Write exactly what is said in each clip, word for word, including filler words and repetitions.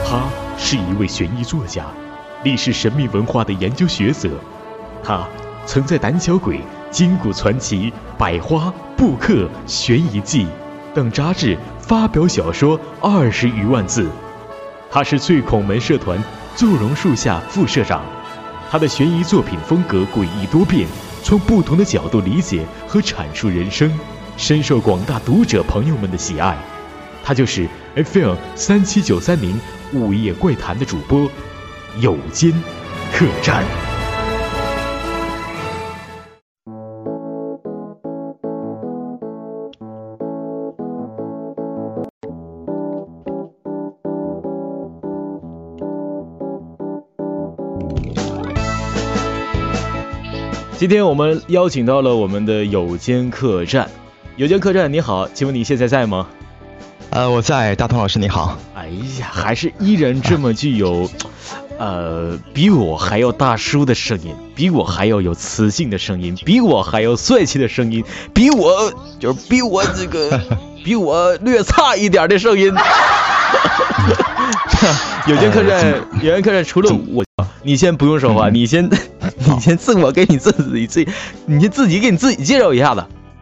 他是一位悬疑作家，历史神秘文化的研究学者。他曾在《胆小鬼》《金谷传奇》《百花》《布克》《悬疑记》等杂志发表小说二十余万字。他是最孔门社团坐榕树下副社长。他的悬疑作品风格诡异多变，从不同的角度理解和阐述人生，深受广大读者朋友们的喜爱。他就是 F M 三七九三零午夜怪谈的主播有间客栈。今天我们邀请到了我们的有间客栈。有间客栈你好，请问你现在在吗？ 呃，我在。大同老师你好。 哎呀，还是依然这么具有呃比我还要大叔的声音，比我还要有磁性的声音，比我还要帅气的声音，比我就是比我这个比我略差一点的声音。有间客栈，有间客栈除了我，你先不用说话，你先你先自我给你自己自己，你先自己给你自己介绍一下子。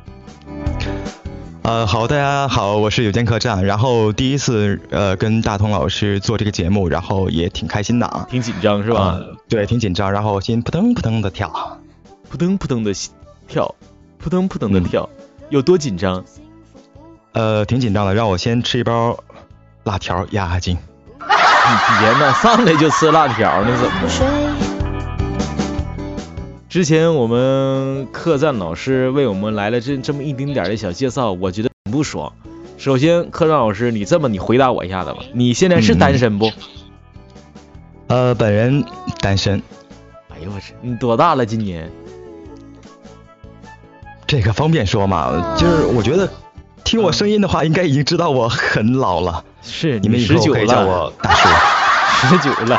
呃，好，大家好，我是有间客栈。然后第一次呃跟大同老师做这个节目，然后也挺开心的啊， 挺紧张是吧？ 呃、对，挺紧张。然后先扑腾扑腾的跳， 扑腾扑腾的跳，扑腾扑腾的跳，嗯、有多紧张？ 呃，挺紧张的。让我先吃一包辣条压压惊。 你别呢，上来就吃辣条，那怎么？之前我们客栈老师为我们来了这这么一丁点的小介绍，我觉得很不爽。首先，客栈老师，你这么你回答我一下子吧，你现在是单身不？ 嗯、呃，本人单身。 哎呦我去，你多大了今年？ 这个方便说嘛？就是我觉得听我声音的话，应该已经知道我很老了。 是你们十九了，可以叫我大叔。 十九了。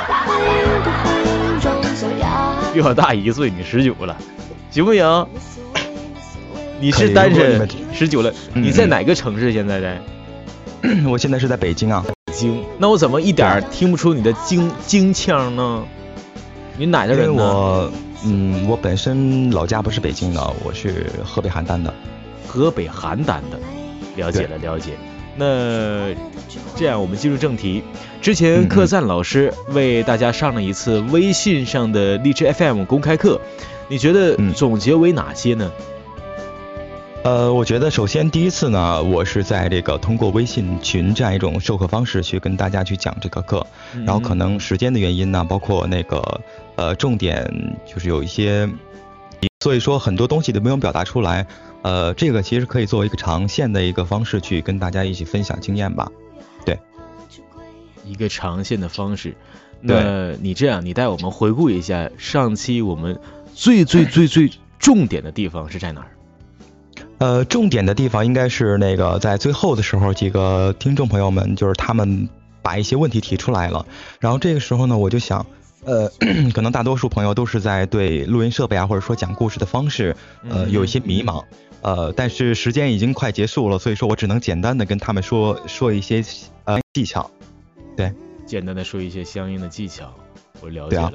比我大一岁，你十九了，行不行？你是单身，十九了、嗯，你在哪个城市现在在？ 我现在是在北京啊。 北京，那我怎么一点听不出你的京京腔呢？你哪的人呢？ 因为我，嗯，我本身老家不是北京的，我是河北邯郸的。 河北邯郸的，了解了，了解。那这样我们进入正题。之前客栈老师为大家上了一次微信上的荔枝 F M 公开课，你觉得总结为哪些呢？ 呃，我觉得首先第一次呢，我是在这个通过微信群这样一种授课方式去跟大家去讲这个课，嗯、然后可能时间的原因呢，包括那个呃重点就是有一些，所以说很多东西都没有表达出来。呃，这个其实可以作为一个长线的一个方式去跟大家一起分享经验吧。对， 一个长线的方式。那你这样，你带我们回顾一下上期我们最最最最重点的地方是在哪儿？ 呃，重点的地方应该是那个在最后的时候，几个听众朋友们就是他们把一些问题提出来了，然后这个时候呢，我就想。呃，可能大多数朋友都是在对录音设备啊，或者说讲故事的方式，呃，有一些迷茫。呃，但是时间已经快结束了，所以说我只能简单的跟他们说说一些呃技巧。对， 简单的说一些相应的技巧，我了解了。啊、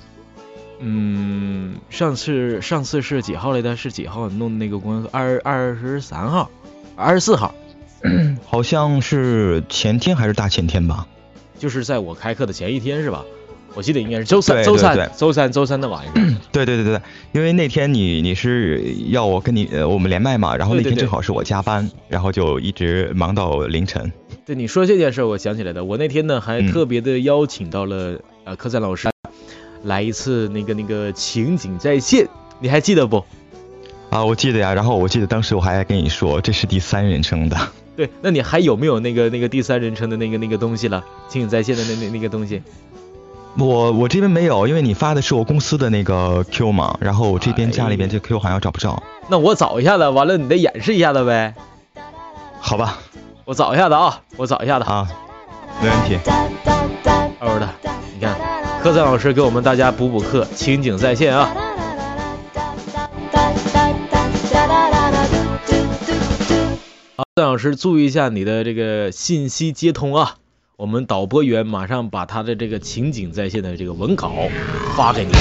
嗯，上次上次是几号来的？是几号弄那个公二二十三号，二十四号？ 好像是前天还是大前天吧？ 就是在我开课的前一天是吧？我记得应该是周三，周三，周三，周三的晚上。 对对对对，因为那天你你是要我跟你呃我们连麦嘛，然后那天正好是我加班，对对对，然后就一直忙到凌晨。 对，你说这件事我想起来的，我那天呢还特别的邀请到了、嗯、呃客栈老师来一次那个那个情景再现，你还记得不？ 啊，我记得呀，然后我记得当时我还跟你说这是第三人称的。 对，那你还有没有那个那个第三人称的那个那个东西了？情景再现的那那那个东西？ 我我这边没有，因为你发的是我公司的那个 Q 嘛，然后我这边家里边这 Q 好像找不着。 哎、那我找一下子，完了你再演示一下子呗。 好吧， 我找一下子啊，我找一下子啊，没问题。 好的，你看，客栈老师给我们大家补补课，情景再现啊。好，客栈老师注意一下你的这个信息接通啊。 我们导播员马上把他的这个情景再现的这个文稿发给你。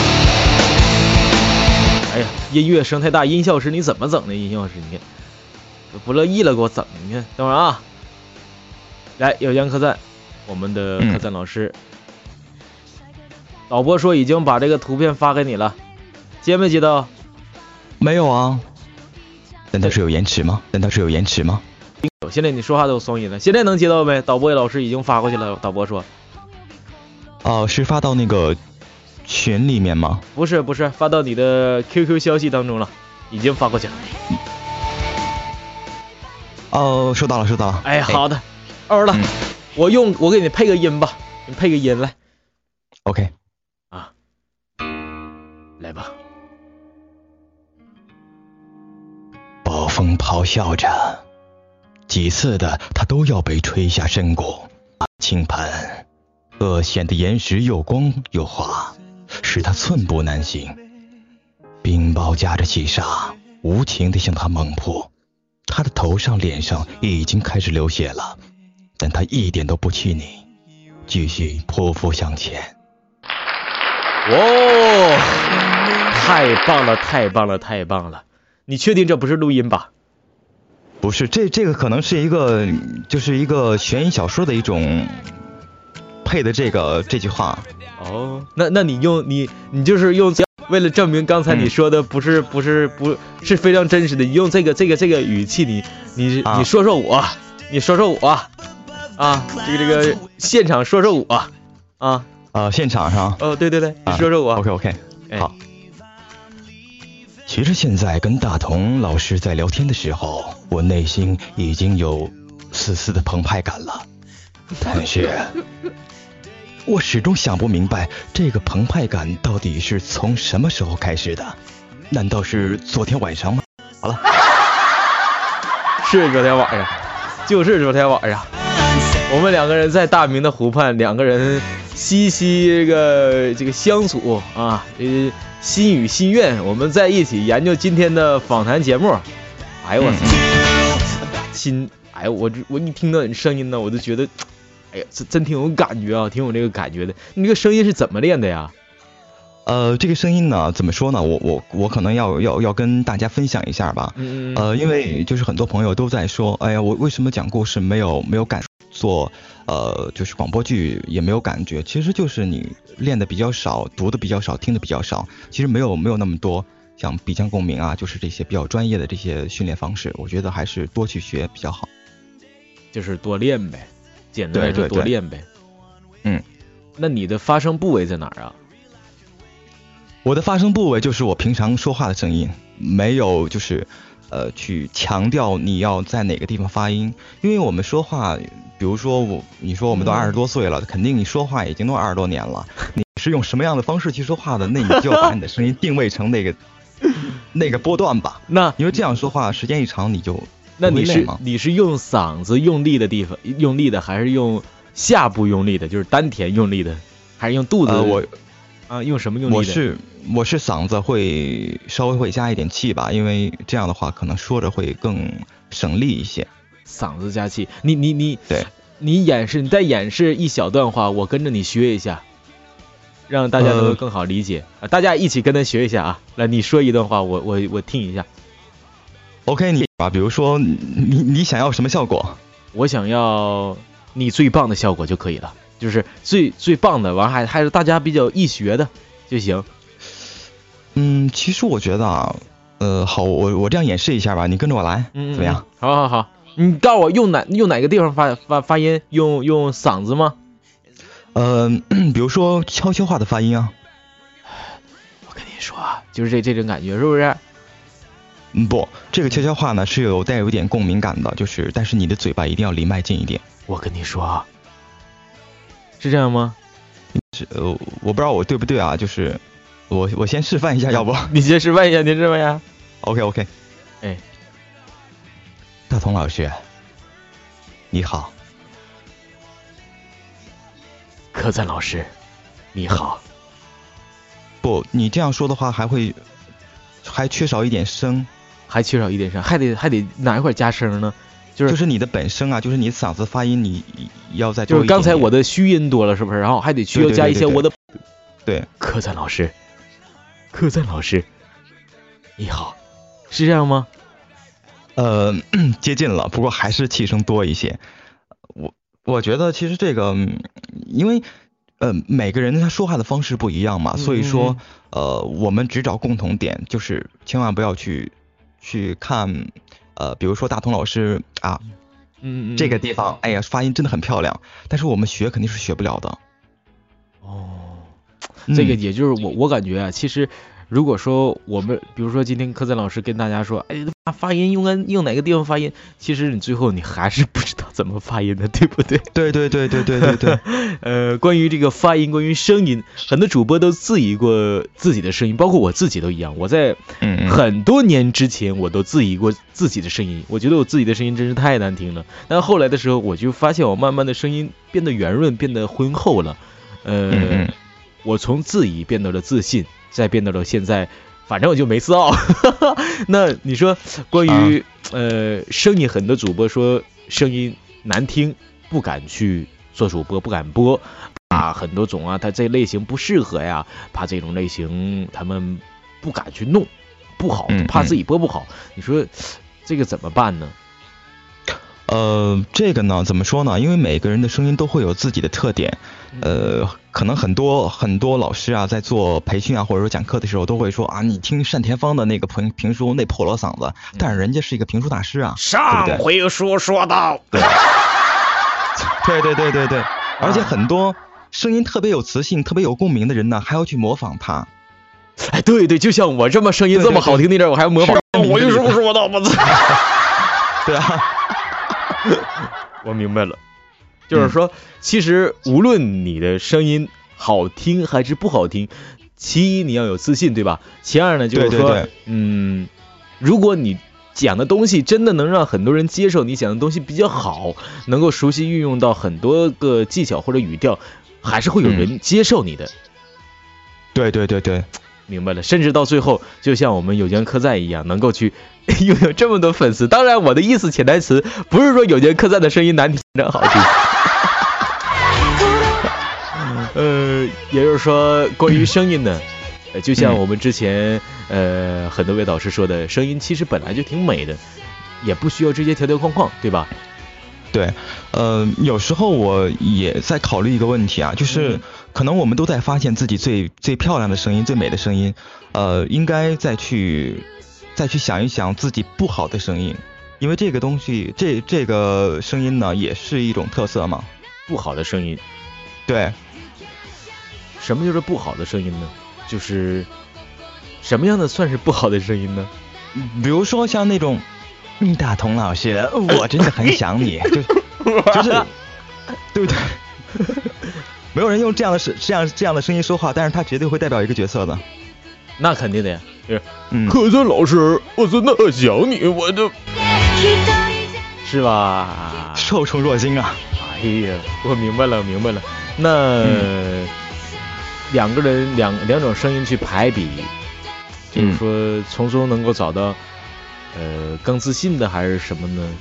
哎呀，音乐声太大，音效师你怎么整的？音效师你看不乐意了，给我整！你看，等会儿啊，来有奖客栈，我们的客栈老师，嗯、导播说已经把这个图片发给你了，接没接到？ 没有啊。难道是有延迟吗？难道是有延迟吗？ 现在你说话都有双音了，现在能接到没？导播老师已经发过去了，导播说。 哦、呃，是发到那个群里面吗？ 不是不是，发到你的 Q Q 消息当中了，已经发过去了。 哦，收到了收到了。 哎，好的，欧了、嗯，我用我给你配个音吧，你配个音来。 OK。 啊，来吧。 暴风咆哮着。几次的他都要被吹下深谷，倾盆，恶险的岩石又光又滑，使他寸步难行。冰雹夹着细沙，无情地向他猛扑。他的头上、脸上已经开始流血了，但他一点都不气馁，继续匍匐向前。 哦，太棒了，太棒了，太棒了！你确定这不是录音吧？ 不是，这这个可能是一个，就是一个悬疑小说的一种配的这个这句话。 哦，那那你用你你就是用为了证明刚才你说的不是、嗯、不是不是非常真实的，你用这个这个这个语气，你你、啊、你说说我，你说说我啊，这个这个现场说说我啊啊，现场上哦，对对对，你说说我。 啊、OK OK，、 哎、 好。其实现在跟大同老师在聊天的时候，我内心已经有丝丝的澎湃感了，但是我始终想不明白这个澎湃感到底是从什么时候开始的？难道是昨天晚上吗？好了， 是昨天晚上，就是昨天晚上，我们两个人在大明的湖畔，两个人息息这个这个相处啊，呃。心语心愿，我们在一起研究今天的访谈节目。哎呦我操，亲，哎呦我我一听到你声音呢，我就觉得，哎呀，这真挺有感觉啊，挺有这个感觉的。你这个声音是怎么练的呀？ 呃，这个声音呢，怎么说呢？我我我可能要要要跟大家分享一下吧。 嗯呃，因为就是很多朋友都在说，哎呀，我为什么讲故事没有没有感做呃就是广播剧也没有感觉？其实就是你练的比较少，读的比较少，听的比较少，其实没有没有那么多像鼻腔共鸣啊，就是这些比较专业的这些训练方式，我觉得还是多去学比较好。 就是多练呗，简单来说多练呗。 嗯， 那你的发声部位在哪儿啊？ 我的发声部位就是我平常说话的声音，没有就是呃去强调你要在哪个地方发音，因为我们说话，比如说我你说我们都二十多岁了、嗯，肯定你说话已经都二十多年了，你是用什么样的方式去说话的，那你就把你的声音定位成那个那个波段吧。 那因为这样说话时间一长你就那你是你是用嗓子用力的地方用力的，还是用下部用力的，就是丹田用力的，还是用肚子？ 呃、我啊，用什么用力的？ 我是我是嗓子会稍微会加一点气吧，因为这样的话可能说着会更省力一些。 嗓子加气，你你你， 对， 你演示，你再演示一小段话，我跟着你学一下，让大家能够更好理解、呃、啊！大家一起跟他学一下啊！来，你说一段话，我我我听一下。 OK， 你啊，比如说你你想要什么效果？ 我想要你最棒的效果就可以了。就是最最棒的，完还还是大家比较易学的就行。 嗯，其实我觉得啊，呃，好，我我这样演示一下吧，你跟着我来， 嗯， 怎么样？ 好好好，你告诉我用哪用哪个地方发发发音？用用嗓子吗？ 呃，比如说悄悄话的发音啊。 我跟你说，就是这这种感觉，是不是？ 嗯，不，这个悄悄话呢是有带有一点共鸣感的，就是但是你的嘴巴一定要离麦近一点。 我跟你说。是这样吗？ 是呃，我不知道我对不对啊，就是我我先示范一下，要不？ 你先示范一下，你示范一下。 OK OK。 哎， 大同老师，你好。 客栈老师，你好。 不，你这样说的话还会还缺少一点声， 还缺少一点声，还得还得哪一块加声呢？ 就是就是你的本身啊，就是你嗓子发音你要再多就是一点点刚才我的虚音多了，是不是？然后还得需要加一些我的。 对， 客栈老师，客栈老师，你好，是这样吗？ 呃，接近了，不过还是气声多一些。我我觉得其实这个，因为呃每个人他说话的方式不一样嘛， 嗯、 所以说呃我们只找共同点，就是千万不要去去看呃，比如说大同老师啊， 嗯， 这个地方哎呀发音真的很漂亮，但是我们学肯定是学不了的。 哦，这个也就是我我感觉啊，其实。如果说我们，比如说今天客栈老师跟大家说，哎，发音用按用哪个地方发音，其实你最后你还是不知道怎么发音的，对不对？ 对对对对对对对。 呃，关于这个发音，关于声音，很多主播都质疑过自己的声音，包括我自己都一样。我在很多年之前，我都质疑过自己的声音，我觉得我自己的声音真是太难听了。但后来的时候，我就发现我慢慢的声音变得圆润，变得浑厚了。呃，嗯嗯我从质疑变得了自信。再变到了现在，反正我就没事哦。那你说关于、啊、呃声音，很多主播说声音难听，不敢去做主播，不敢播啊，很多种啊，他这类型不适合呀，怕这种类型他们不敢去弄，不好，怕自己播不好。嗯嗯你说这个怎么办呢？ 呃，这个呢，怎么说呢？因为每个人的声音都会有自己的特点，呃，可能很多很多老师啊，在做培训啊，或者说讲课的时候，都会说啊，你听单田芳的那个评评书那破锣嗓子，但是人家是一个评书大师啊。 上回书说到， 对，对对对对对，而且很多声音特别有磁性、特别有共鸣的人呢，还要去模仿他。 哎，对对，就像我这么声音这么好听的人，我还要模仿。 上回书说到，我操！ 对啊。 我明白了，就是说、嗯、其实无论你的声音好听还是不好听，其一你要有自信，对吧？其二呢就是说对对对嗯，如果你讲的东西真的能让很多人接受，你讲的东西比较好，能够熟悉运用到很多个技巧或者语调，还是会有人接受你的、嗯、 对对对对， 明白了。甚至到最后就像我们有间客栈一样，能够去拥有这么多粉丝。当然我的意思潜台词不是说有间客栈的声音难听真好听呃，也就是说关于声音呢，呃，就像我们之前呃很多位导师说的，声音其实本来就挺美的，也不需要这些条条框框，对吧？ 对，呃，有时候我也在考虑一个问题啊，就是可能我们都在发现自己最最漂亮的声音、最美的声音，呃，应该再去再去想一想自己不好的声音，因为这个东西，这这个声音呢，也是一种特色嘛。 不好的声音， 对， 什么就是不好的声音呢？就是什么样的算是不好的声音呢？ 比如说像那种。嗯，大同老师，我真的很想你，就就是，对不对？没有人用这样的声这样这样的声音说话，但是他绝对会代表一个角色的。 那肯定的呀。 嗯， 客栈老师，我真的很想你，我的，是吧？ 受宠若惊啊！ 哎呀，我明白了，明白了。那、嗯、两个人两两种声音去排比，就是说从中能够找到。呃，更自信的还是什么呢？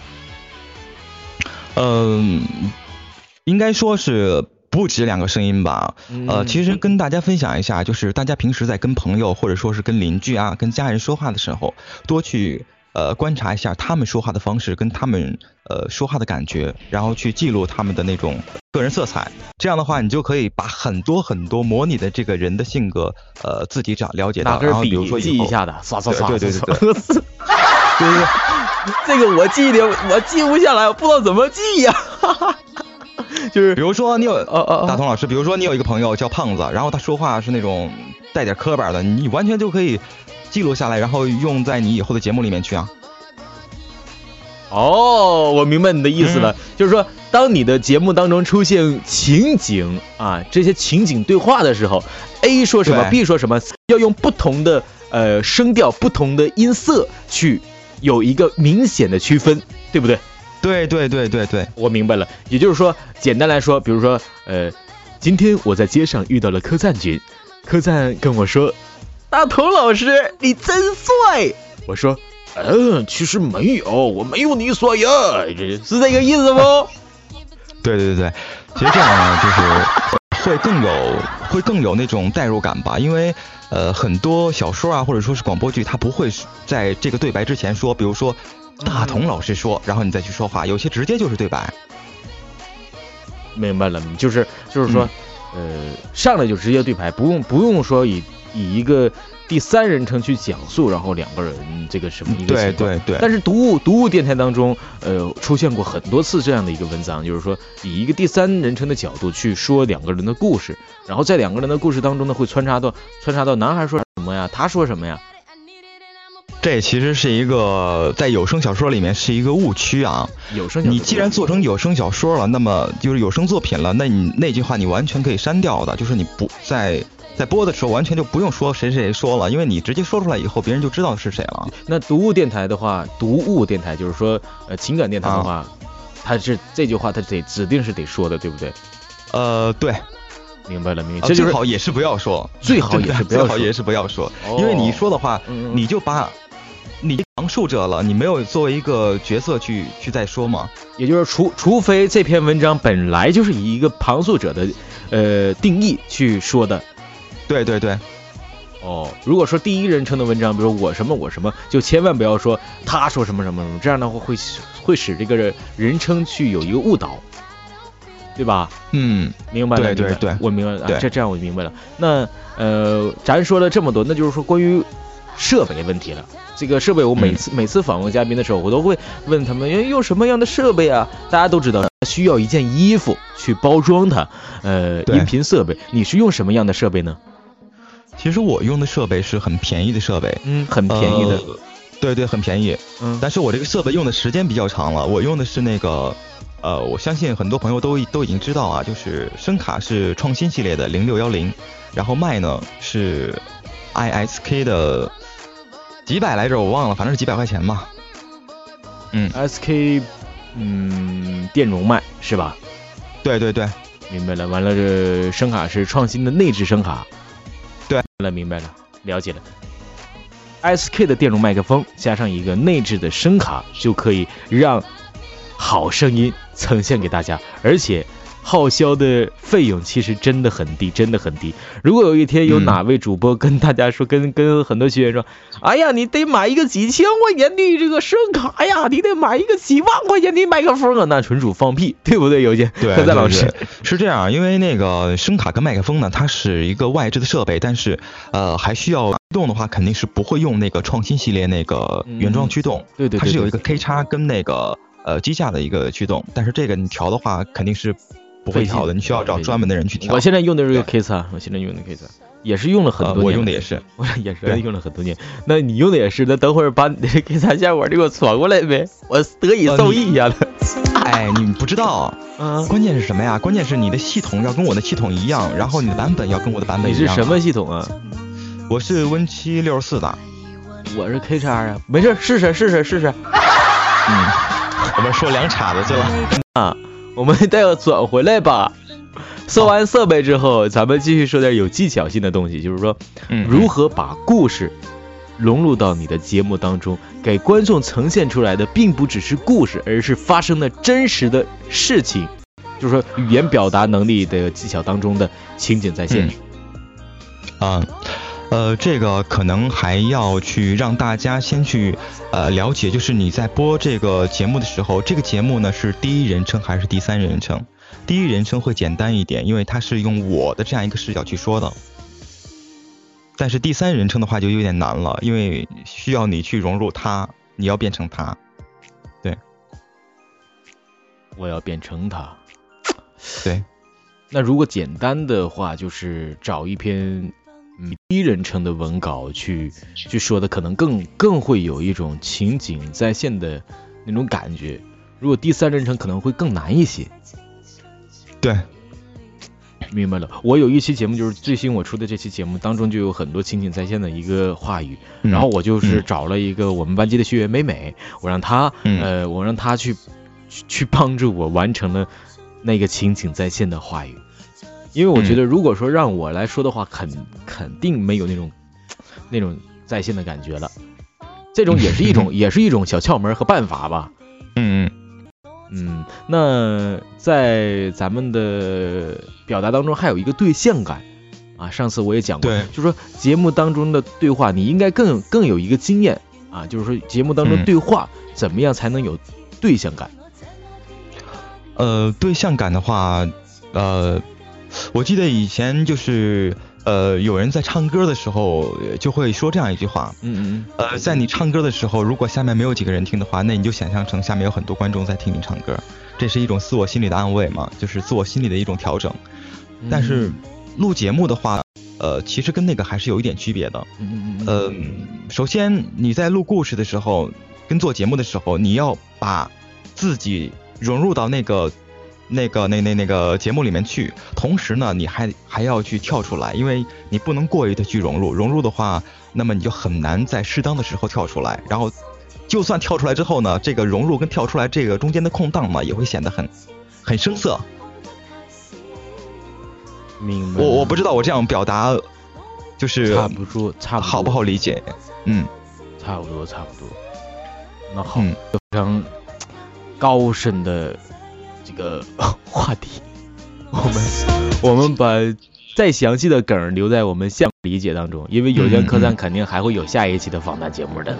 嗯、呃，应该说是不止两个声音吧。 嗯、 呃，其实跟大家分享一下，就是大家平时在跟朋友或者说是跟邻居啊、跟家人说话的时候，多去呃观察一下他们说话的方式，跟他们呃说话的感觉，然后去记录他们的那种个人色彩。这样的话，你就可以把很多很多模拟的这个人的性格，呃，自己找了解到。然后比如说记一下的，刷刷刷， 对对对对对。 对对，这个我记的我记不下来，我不知道怎么记呀、啊。就是比如说你有呃呃大同老师，比如说你有一个朋友叫胖子，然后他说话是那种带点磕巴的，你完全就可以记录下来，然后用在你以后的节目里面去啊。 哦，我明白你的意思了，嗯、就是说，当你的节目当中出现情景啊，这些情景对话的时候 ，A 说什么 ，B 说什么，要用不同的呃声调、不同的音色去有一个明显的区分，对不对？ 对对对对对， 我明白了。也就是说，简单来说，比如说，呃，今天我在街上遇到了客栈君，客栈跟我说：“大同老师，你真帅。”我说。 嗯，其实没有，我没有你所有，这是这个意思不？ 对对对对，其实这样呢，就是会更有会更有那种代入感吧，因为呃很多小说啊或者说是广播剧，它不会在这个对白之前说，比如说大同老师说，然后你再去说话，有些直接就是对白。 明白了，就是就是说，嗯、呃，上来就直接对白，不用不用说以以一个第三人称去讲述，然后两个人这个什么一个情况。 对对对。 但是读物读物电台当中，呃，出现过很多次这样的一个文章，就是说以一个第三人称的角度去说两个人的故事，然后在两个人的故事当中呢，会穿插到穿插到男孩说什么呀，他说什么呀。 这其实是一个在有声小说里面是一个误区啊。 有声小说， 你既然做成有声小说了，那么就是有声作品了，那你那句话你完全可以删掉的，就是你不在在播的时候完全就不用说谁谁谁说了，因为你直接说出来以后，别人就知道是谁了。 那读物电台的话，读物电台就是说呃情感电台的话，啊、它是这句话它得指定是得说的，对不对？ 呃，对。 明白了，明白了，这就是最好也是不要说， 最好也是不要说， 最好也是不要说，哦、因为你说的话，嗯、你就把你描述者了，你没有作为一个角色去去再说嘛。 也就是除除非这篇文章本来就是以一个旁述者的呃定义去说的。 对对对。 哦，如果说第一人称的文章，比如说我什么我什么，就千万不要说他说什么什么什么，这样的话会会使这个人称去有一个误导。对吧？ 嗯， 明白了， 对对对， 我明白了，啊、这这样我明白了。那呃，咱说了这么多，那就是说关于设备问题了。这个设备，我每次、嗯、每次访问嘉宾的时候，我都会问他们用什么样的设备啊？大家都知道，需要一件衣服去包装它。呃，音频设备，你是用什么样的设备呢？ 其实我用的设备是很便宜的设备， 嗯，很便宜的，呃、 对对，很便宜。 嗯， 但是我这个设备用的时间比较长了，我用的是那个。呃，我相信很多朋友都都已经知道啊，就是声卡是创新系列的零六一零，然后麦呢是 I S K 的几百来着，我忘了，反正是几百块钱嘛。嗯 ，S K， 嗯，电容麦是吧？ 对对对， 明白了。完了，这声卡是创新的内置声卡。 对了，明白了，了解了。S K 的电容麦克风加上一个内置的声卡，就可以让好声音呈现给大家，而且耗销的费用其实真的很低，真的很低。如果有一天有哪位主播跟大家说，嗯、跟跟很多学员说，哎呀，你得买一个几千块钱的这个声卡，哎呀，你得买一个几万块钱的麦克风啊，那纯属放屁，对不对？有些对， 在老师是这样，因为那个声卡跟麦克风呢，它是一个外置的设备，但是呃还需要驱动的话，肯定是不会用那个创新系列那个原装驱动， 嗯、对, 对, 对, 对， 它是有一个 K 叉跟那个。呃，机架的一个驱动，但是这个你调的话肯定是不会调的，你需要找专门的人去调。 我现在用的是个 K 叉，我现在用的 K 叉也是用了很多年、 呃，我用的也是， 我也是用了很多年。那你用的也是，那等会儿把你的 K 叉效果给我传过来呗，我得以受益一下的。 呃、哎，你不知道，嗯，关键是什么呀？关键是你的系统要跟我的系统一样，然后你的版本要跟我的版本一样。 你是什么系统啊？ 我是 Win 七六十四的。 我是 K 叉啊，没事，试试试试试试。 嗯。我们说两岔子去了啊，我们待会转回来吧。说完设备之后，咱们继续说点有技巧性的东西，就是说，嗯，如何把故事融入到你的节目当中，给观众呈现出来的并不只是故事，而是发生的真实的事情，就是说语言表达能力的技巧当中的情景再现。 嗯。啊呃，这个可能还要去让大家先去呃了解，就是你在播这个节目的时候，这个节目呢是第一人称还是第三人称？第一人称会简单一点，因为它是用我的这样一个视角去说的。但是第三人称的话就有点难了，因为需要你去融入他，你要变成他。对， 我要变成他。 对， 那如果简单的话，就是找一篇。第一人称的文稿去去说的，可能更更会有一种情景再现的那种感觉。如果第三人称可能会更难一些。 对， 明白了。我有一期节目，就是最新我出的这期节目当中，就有很多情景再现的一个话语。嗯、然后我就是找了一个我们班级的学员美美，我让她、嗯、呃，我让她去去帮助我完成了那个情景再现的话语。因为我觉得，如果说让我来说的话，肯肯定没有那种那种在线的感觉了。 这种也是一种也是一种小窍门和办法吧。 嗯嗯嗯，那在咱们的表达当中还有一个对象感啊，上次我也讲过， 对， 就是说节目当中的对话，你应该更更有一个经验啊，就是说节目当中对话、嗯、怎么样才能有对象感？ 呃，对象感的话，呃，我记得以前就是呃，有人在唱歌的时候就会说这样一句话， 嗯嗯， 呃，在你唱歌的时候，如果下面没有几个人听的话，那你就想象成下面有很多观众在听你唱歌，这是一种自我心理的安慰嘛，就是自我心理的一种调整。但是录节目的话，呃，其实跟那个还是有一点区别的。 嗯嗯呃，首先你在录故事的时候，跟做节目的时候，你要把自己融入到那个。那个那那那个节目里面去，同时呢，你还还要去跳出来，因为你不能过于的去融入，融入的话，那么你就很难在适当的时候跳出来。然后，就算跳出来之后呢，这个融入跟跳出来这个中间的空档嘛，也会显得很很生涩。 明白。 我我不知道我这样表达，就是差不多，差不多好不好理解？嗯， 差不多，差不多。那好，嗯、非常高深的。这个话题，我们我们把再详细的梗留在我们下理解当中，因为有间客栈肯定还会有下一期的访谈节目的，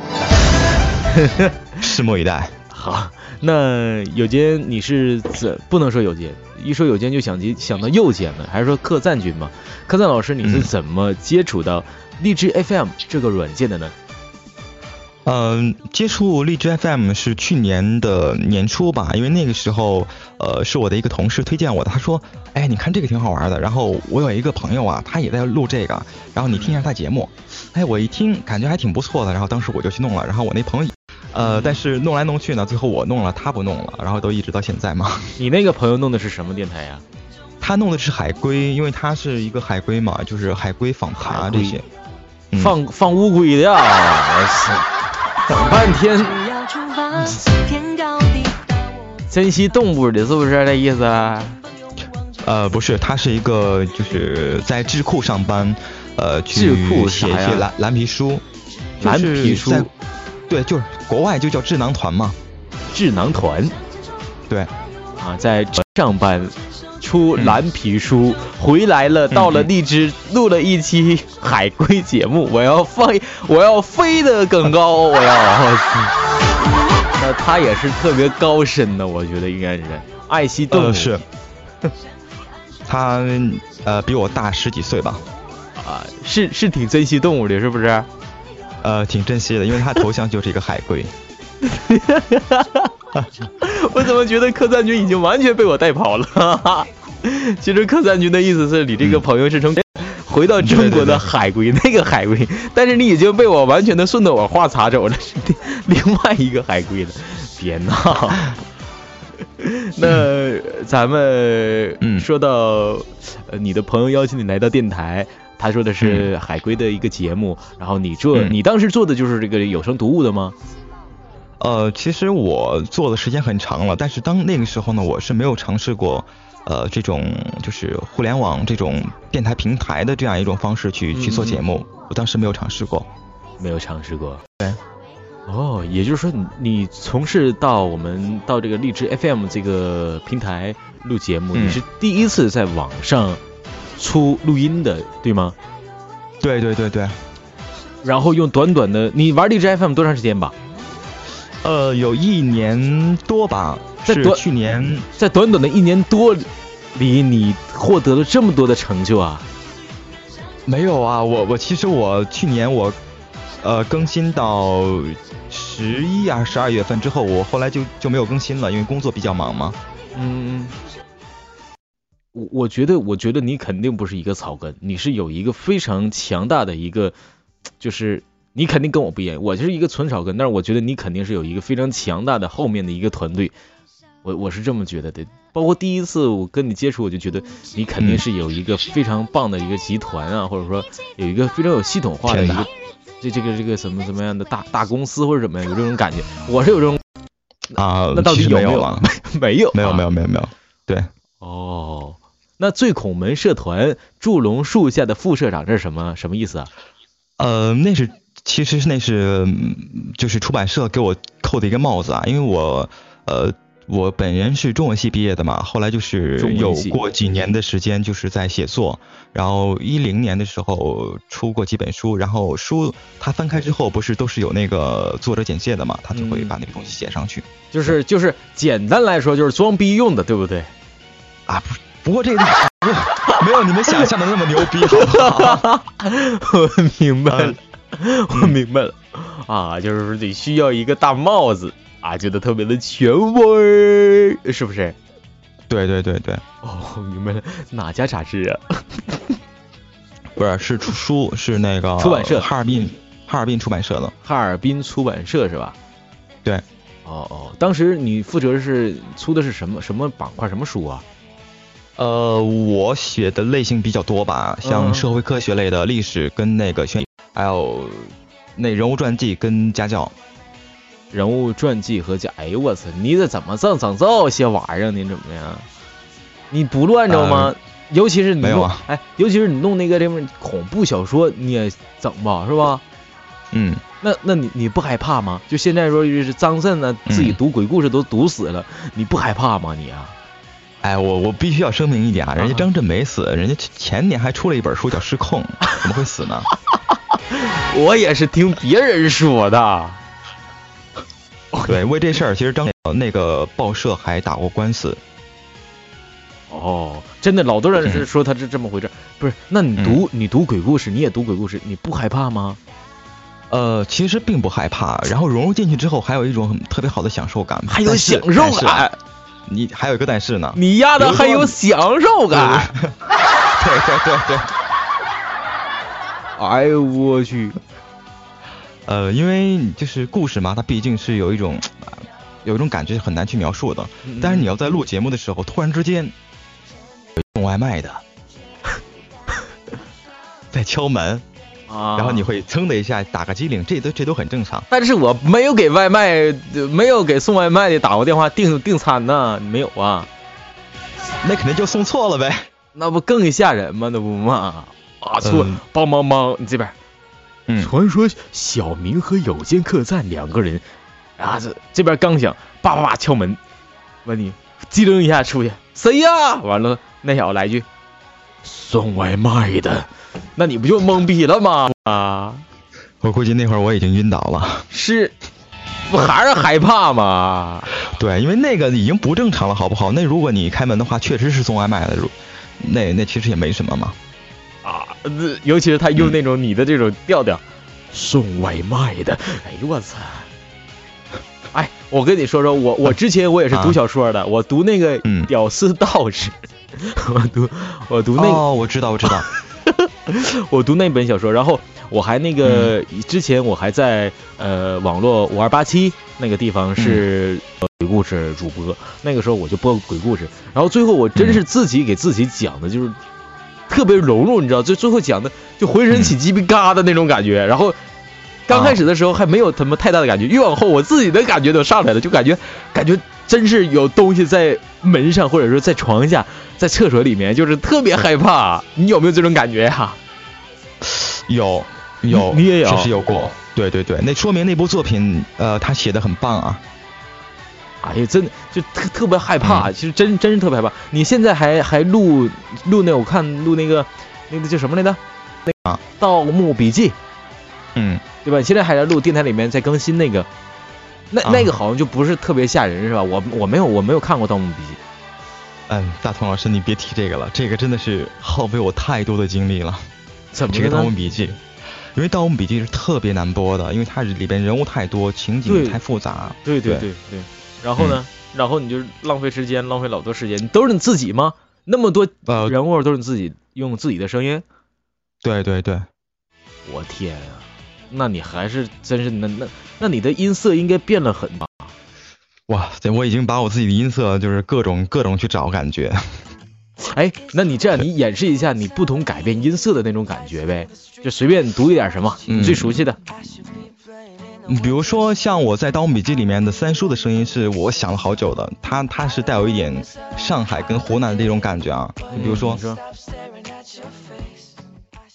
拭目以待。 好，那有间你是怎不能说有间，一说有间就想起想到右间了，还是说客栈君嘛？客栈老师你是怎么接触到荔枝 F M 这个软件的呢？ 嗯、呃，接触荔枝 F M 是去年的年初吧，因为那个时候，呃，是我的一个同事推荐我的，他说，哎，你看这个挺好玩的，然后我有一个朋友啊，他也在录这个，然后你听一下他节目，哎，我一听感觉还挺不错的，然后当时我就去弄了，然后我那朋友，呃，但是弄来弄去呢，最后我弄了，他不弄了，然后都一直到现在嘛。 你那个朋友弄的是什么电台呀？ 他弄的是海龟，因为他是一个海龟嘛，就是海龟访谈这些， 嗯、放放乌龟的呀，我是。整半天，珍惜动物的，是不是这意思啊？ 呃，不是，他是一个就是在智库上班，呃， 智库写一些蓝蓝皮书， 蓝皮书， 对，就是国外就叫智囊团嘛。 智囊团， 对， 啊，在上班。出蓝皮书、嗯、回来了，到了荔枝、嗯、录了一期海龟节目，我要放，我要飞得更高，我要。那他也是特别高深的，我觉得应该是爱惜动物。 呃、是，他呃比我大十几岁吧。 啊，是是挺珍惜动物的，是不是？ 呃，挺珍惜的，因为他头像就是一个海龟。 我怎么觉得客栈君已经完全被我带跑了？其实客栈君的意思是你这个朋友是从回到中国的海龟，那个海龟，但是你已经被我完全的顺着我话插走了，是另外一个海龟了。别闹。那咱们说到、呃、你的朋友邀请你来到电台，他说的是海龟的一个节目，然后你做、嗯、你当时做的就是这个有声读物的吗？ 呃，其实我做的时间很长了，但是当那个时候呢，我是没有尝试过，呃，这种就是互联网这种电台平台的这样一种方式去、嗯、去做节目，我当时没有尝试过， 没有尝试过。 对， 哦，也就是说你你从事到我们到这个荔枝 F M 这个平台录节目、嗯，你是第一次在网上出录音的，对吗？ 对对对对。 然后用短短的，你玩荔枝 F M 多长时间吧？ 呃，有一年多吧，是去年， 在短短的一年多里，你获得了这么多的成就啊？ 没有啊，我我其实我去年我呃更新到十一啊十二月份之后，我后来就就没有更新了，因为工作比较忙嘛。 嗯，我我觉得我觉得你肯定不是一个草根，你是有一个非常强大的一个，就是你肯定跟我不一样，我就是一个纯草根，但是我觉得你肯定是有一个非常强大的后面的一个团队，我我是这么觉得的。包括第一次我跟你接触，我就觉得你肯定是有一个非常棒的一个集团啊，或者说有一个非常有系统化的一个这这个这个什么什么样的大大公司或者怎么样，有这种感觉。我是有这种啊， 那到底有没有啊？ 没有， 没有，没有，没有，没有。对， 哦，那醉孔门社团祝龙树下的副社长这是什么什么意思啊？ 呃，那是其实那是就是出版社给我扣的一个帽子啊，因为我呃我本人是中文系毕业的嘛，后来就是有过几年的时间就是在写作，然后一零年的时候出过几本书，然后书它翻开之后不是都是有那个作者简介的嘛，他就会把那个东西写上去， 嗯、就是就是简单来说就是装逼用的，对不对？ 啊不。不过这个没有你们想象的那么牛逼，好不好？ 我明白了，嗯、我明白了，啊，就是得需要一个大帽子啊，觉得特别的权威，是不是？ 对对对对。 哦，我明白了，哪家杂志啊？ 不是，是出书，是那个出版社， 哈尔滨，哈尔滨出版社的。 哈尔滨出版社是吧？ 对。 哦哦，当时你负责是出的是什么什么板块什么书啊？ 呃，我写的类型比较多吧，像社会科学类的、历史跟那个悬疑，还有那人物传记跟家教。 人物传记和家，哎呦我操，你这怎么整整这些玩意儿？你怎么样？你不乱着吗？呃、尤其是你弄， 啊、 哎，尤其是你弄那个这种恐怖小说，你也整吧，是吧？ 嗯。 那那你你不害怕吗？就现在说就是张震呢，自己读鬼故事都读死了，嗯、你不害怕吗？你啊？ 哎，我我必须要声明一点啊，人家张震没死，人家前年还出了一本书叫《失控》，怎么会死呢？ 我也是听别人说的。 对，为这事儿，其实张那个报社还打过官司。 哦，真的，老多人是说他是这么回事。嗯、不是，那你读、嗯、你读鬼故事，你也读鬼故事，你不害怕吗？ 呃，其实并不害怕，然后融入进去之后，还有一种特别好的享受感。 还有享受感。 你还有一个但是呢， 你丫的还有享受感， 对对对对。 哎呦我去， 呃，因为就是故事嘛，它毕竟是有一种有一种感觉很难去描述的。嗯、但是你要在录节目的时候，突然之间送外卖的在敲门。啊、然后你会噌的一下打个机灵，这都这都很正常。 但是我没有给外卖，没有给送外卖的打过电话订订餐呢，没有啊？ 那肯定就送错了呗。 那不更吓人吗？那不嘛啊错，嗯、帮帮帮！你这边，嗯，传说小明和有间客栈两个人，啊这这边刚想叭叭叭敲门，问你机灵一下出去，谁呀？完了那小子来一句送外卖的。那你不就懵逼了吗？啊！ 我估计那会儿我已经晕倒了。 是，不还是害怕吗？ 对，因为那个已经不正常了，好不好？那如果你开门的话，确实是送外卖的，那那其实也没什么嘛。 啊，尤其是他用那种你的这种调调，嗯、送外卖的，哎呦我操！哎，我跟你说说，我我之前我也是读小说的，啊、我读那个《屌丝道士》，嗯、我读我读那个， 哦，我知道我知道。 我读那本小说，然后我还那个、嗯、之前我还在呃网络五二八七那个地方是、嗯、鬼故事主播，那个时候我就播鬼故事，然后最后我真是自己给自己讲的，就是特别融入，你知道，最最后讲的就浑身起鸡皮疙瘩那种感觉，然后刚开始的时候还没有什么太大的感觉，越往后我自己的感觉都上来了，就感觉感觉真是有东西在门上，或者说在床下，在厕所里面，就是特别害怕。你有没有这种感觉呀、啊？ 有有， 你也有， 确实有过。对对对，那说明那部作品，呃，他写的很棒啊。 哎呀，真的就特特别害怕，嗯、其实真真是特别害怕。你现在还还录录那，我看录那个那个叫什么来着？那个《盗墓笔记》。 嗯， 对吧？你现在还在录电台里面在更新那个，那、啊、那个好像就不是特别吓人，是吧？我我没有我没有看过《盗墓笔记》。 嗯，大同老师，你别提这个了，这个真的是耗费我太多的精力了。 怎么这个《盗墓笔记》？因为《盗墓笔记》是特别难播的，因为它里边人物太多，情景太复杂。 对对对 对, 对。然后呢、嗯？然后你就浪费时间，浪费老多时间。都是你自己吗？那么多人物都是你自己、呃、用自己的声音？ 对对对。 我天呀！那你还是真是那那那你的音色应该变了很吧？ 哇，我已经把我自己的音色就是各种各种去找感觉。 哎，那你这样你演示一下你不同改变音色的那种感觉呗？就随便读一点什么，你最熟悉的。 嗯，比如说像我在《盗墓笔记》里面的三叔的声音是我想了好久的，他他是带有一点上海跟湖南的这种感觉啊。比如说。嗯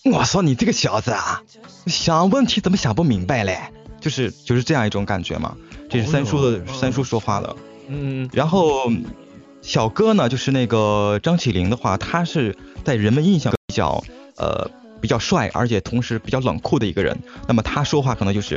我说你这个小子啊，想问题怎么想不明白嘞？就是就是这样一种感觉嘛。这是三叔的、哦、三叔说话的。 嗯， 然后小哥呢，就是那个张起灵的话，他是在人们印象比较呃比较帅，而且同时比较冷酷的一个人。那么他说话可能就是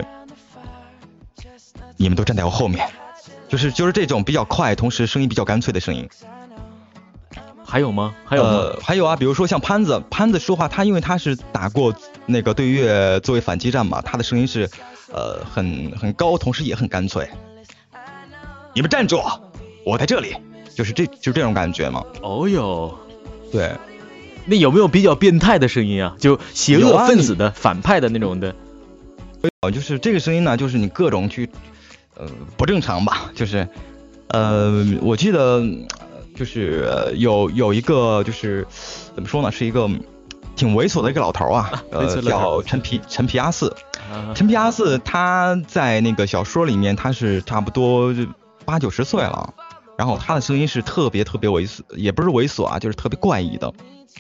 你们都站在我后面，就是就是这种比较快，同时声音比较干脆的声音。 还有吗？还有吗？ 呃，还有啊，比如说像潘子，潘子说话，他因为他是打过那个对越作为反击战嘛，他的声音是呃很很高，同时也很干脆。你们站住，我在这里，就是这就是这种感觉嘛。 哦哟， 对， 那有没有比较变态的声音啊？就邪恶分子的、啊、反派的那种的？ 就是这个声音呢，就是你各种去呃不正常吧，就是呃我记得。就是有有一个就是怎么说呢，是一个挺猥琐的一个老头啊，呃，叫陈皮陈皮阿四。陈皮阿四他在那个小说里面他是差不多八九十岁了，然后他的声音是特别特别猥琐，也不是猥琐啊，就是特别怪异的。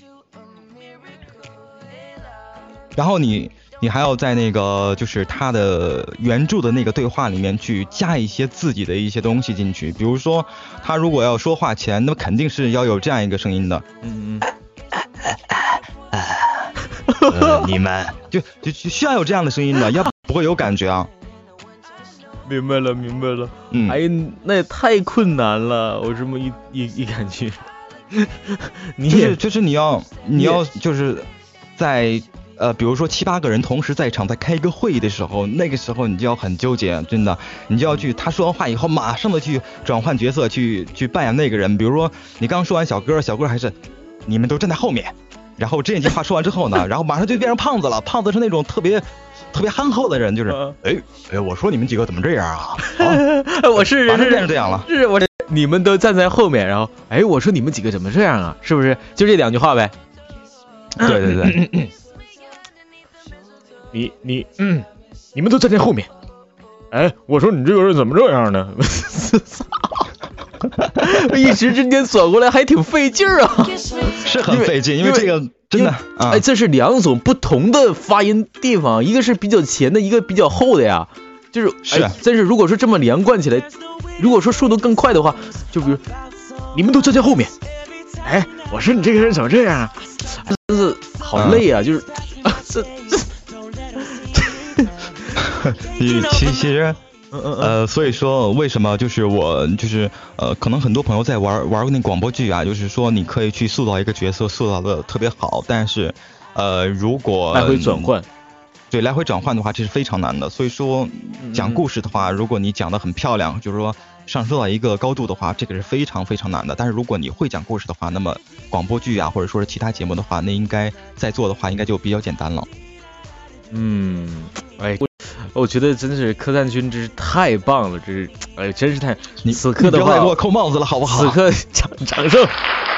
然后你你还要在那个就是他的原著的那个对话里面去加一些自己的一些东西进去，比如说他如果要说话前，那么肯定是要有这样一个声音的， 嗯嗯，呃、你们就就需要有这样的声音的，要不会有感觉啊。 明白了，明白了。 嗯， 哎，那也太困难了，我这么一一一感觉。你也、就是就是你要你要就是在。呃，比如说七八个人同时在场，在开一个会议的时候，那个时候你就要很纠结，真的，你就要去他说完话以后，马上的去转换角色，去去扮演那个人。比如说你刚说完小哥，小哥还是你们都站在后面，然后这句话说完之后呢，然后马上就变成胖子了。胖子是那种特别特别憨厚的人，就是哎哎，我说你们几个怎么这样啊？啊我是马上变成这样了， 是我你们都站在后面，然后哎，我说你们几个怎么这样啊？是不是就这两句话呗？ 对对对。 你你嗯，你们都站在后面。哎，我说你这个人怎么这样呢？一时之间转过来还挺费劲儿啊， 是很费劲，因为这个真的， 啊、哎，这是两种不同的发音地方，一个是比较前的，一个比较后的呀。就是是， 哎、真是如果说这么连贯起来，如果说速度更快的话，就比如你们都站在后面。哎，我说你这个人怎么这样啊？真是好累啊，嗯、就是啊，这这。 其其实，呃，所以说为什么就是我就是呃，可能很多朋友在玩玩那广播剧啊，就是说你可以去塑造一个角色，塑造的特别好，但是呃，如果来回转换， 对，来回转换的话，这是非常难的。所以说讲故事的话，如果你讲得很漂亮，就是说上升到一个高度的话，这个是非常非常难的。但是如果你会讲故事的话，那么广播剧啊，或者说是其他节目的话，那应该在做的话，应该就比较简单了。 嗯，哎。我觉得真是柯赞君真是太棒了，这是哎，真是太你此刻的话， 你不要再给我扣帽子了，好不好？ 此刻掌掌声，